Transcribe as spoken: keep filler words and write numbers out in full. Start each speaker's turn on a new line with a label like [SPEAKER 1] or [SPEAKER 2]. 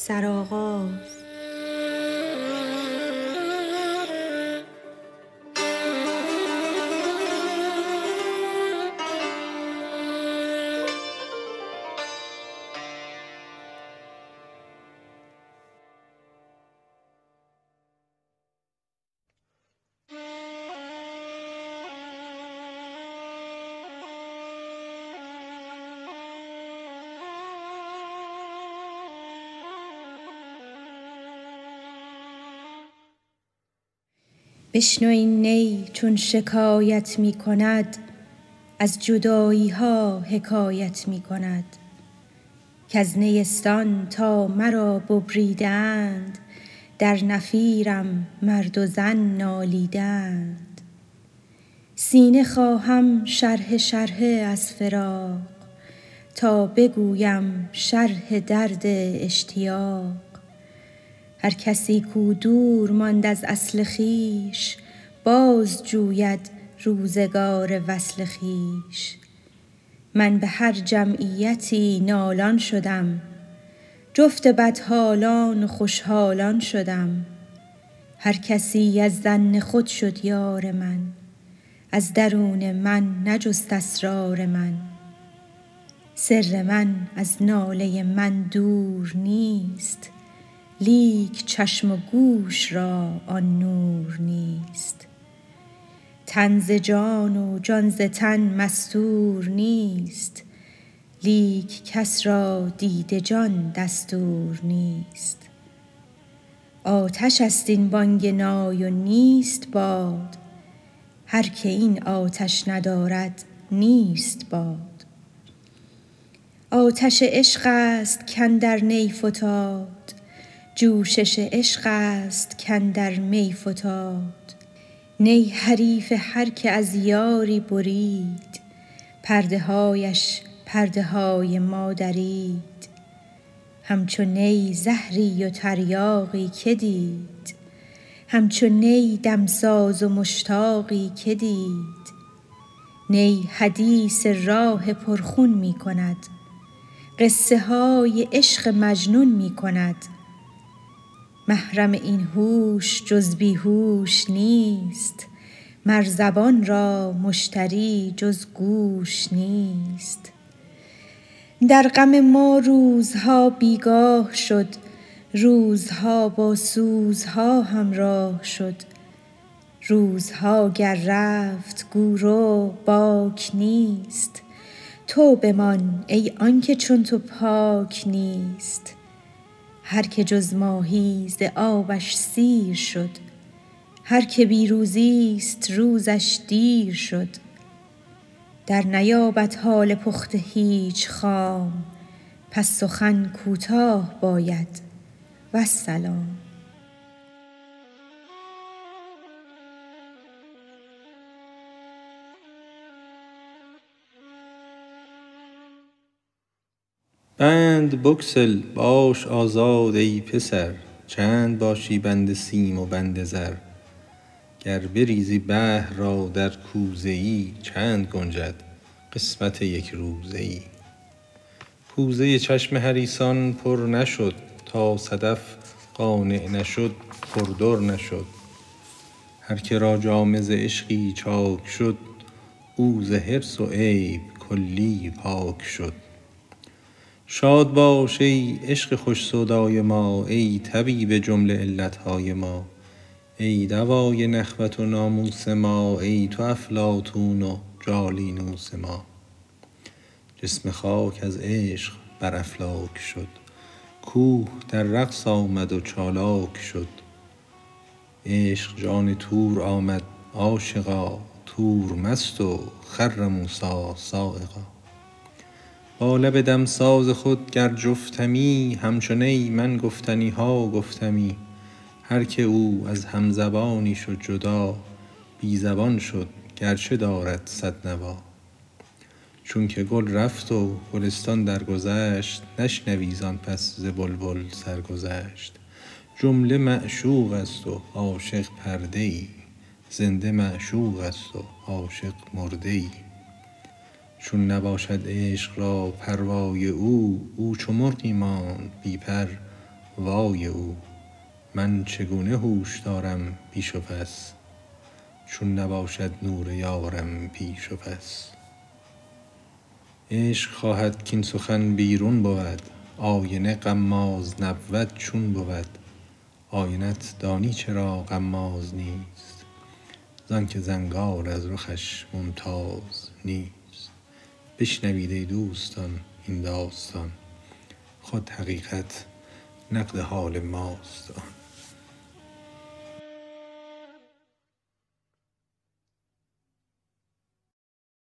[SPEAKER 1] سرآغاز. بشنو این نی چون شکایت می کند، از جدایی ها حکایت می کند. کز نیستان تا مرا ببریدند، در نفیرم مرد و زن نالیدند. سینه خواهم شرحه شرحه از فراق، تا بگویم شرح درد اشتیاق. هر کسی کو دور ماند از اصل خویش، باز جوید روزگار وصل خویش. من به هر جمعیتی نالان شدم، جفت بدحالان و خوشحالان شدم. هر کسی از ظن خود شد یار من، از درون من نجست اسرار من. سر من از ناله من دور نیست، لیک چشم و گوش را آن نور نیست. تن ز جان و جان ز تن مستور نیست، لیک کس را دید جان دستور نیست. آتش است این بانگ نای و نیست باد، هر که این آتش ندارد نیست باد. آتش عشق است کاندر نی فتاد، جوشش عشق است کاندر می فتاد. نی حریف هر که از یاری برید، پرده هایش پرده های ما درید. همچو نی زهری و تریاقی که دید، همچو نی دمساز و مشتاقی که دید. نی حدیث راه پرخون می کند، قصه های عشق مجنون می کند. محرم این هوش جز بی هوش نیست، مر زبان را مشتری جز گوش نیست. در غم ما روزها بیگاه شد، روزها با سوزها همراه شد. روزها گر رفت گو رو باک نیست، تو بمان ای آنکه چون تو پاک نیست. هر که جز ماهی ز آبش سیر شد، هر که بی روزیست روزش دیر شد. در نیابد حال پخته هیچ خام، پس سخن کوتاه باید والسلام.
[SPEAKER 2] بند بگسل باش آزاد ای پسر، چند باشی بند سیم و بند زر. گر بریزی بحر را در کوزه ای، چند گنجد قسمت یک روزه ای. کوزه چشم حریصان پر نشد، تا صدف قانع نشد پردر نشد. هر که را جامه ز عشقی چاک شد، او ز حرص و عیب کلی پاک شد. شاد باش ای عشق خوش سودای ما، ای طبیب جمله علتهای ما. ای دوای نخوت و ناموس ما، ای تو افلاطون و جالینوس ما. جسم خاک از عشق بر افلاک شد، کوه در رقص آمد و چالاک شد. عشق جان طور آمد عاشقا، طور مست و خر موسی صاعقا. با لب دمساز خود گر جفتمی، همچو نی من گفتنی ها گفتمی. هر که او از همزبانی شد جدا، بی زبان شد گرچه دارد صد نوا. چون که گل رفت و گلستان درگذشت، نشنوی زان پس ز بلبل سرگذشت. جمله معشوق است و عاشق پرده ای، زنده معشوق است و عاشق مرده ای. چون نباشد عشق را پروای او، او چو مرغی ماند بی پر وای او. من چگونه هوش دارم پیش و پس، چون نباشد نور یارم پیش و پس. عشق خواهد کاین سخن بیرون بود، آینه غماز نبود چون بود. آینت دانی چرا غماز نیست، زانکه زنگار از رخش ممتاز نیست. بشنوید ای دوستان این داستان، خود حقیقت نقد حال ماست آن.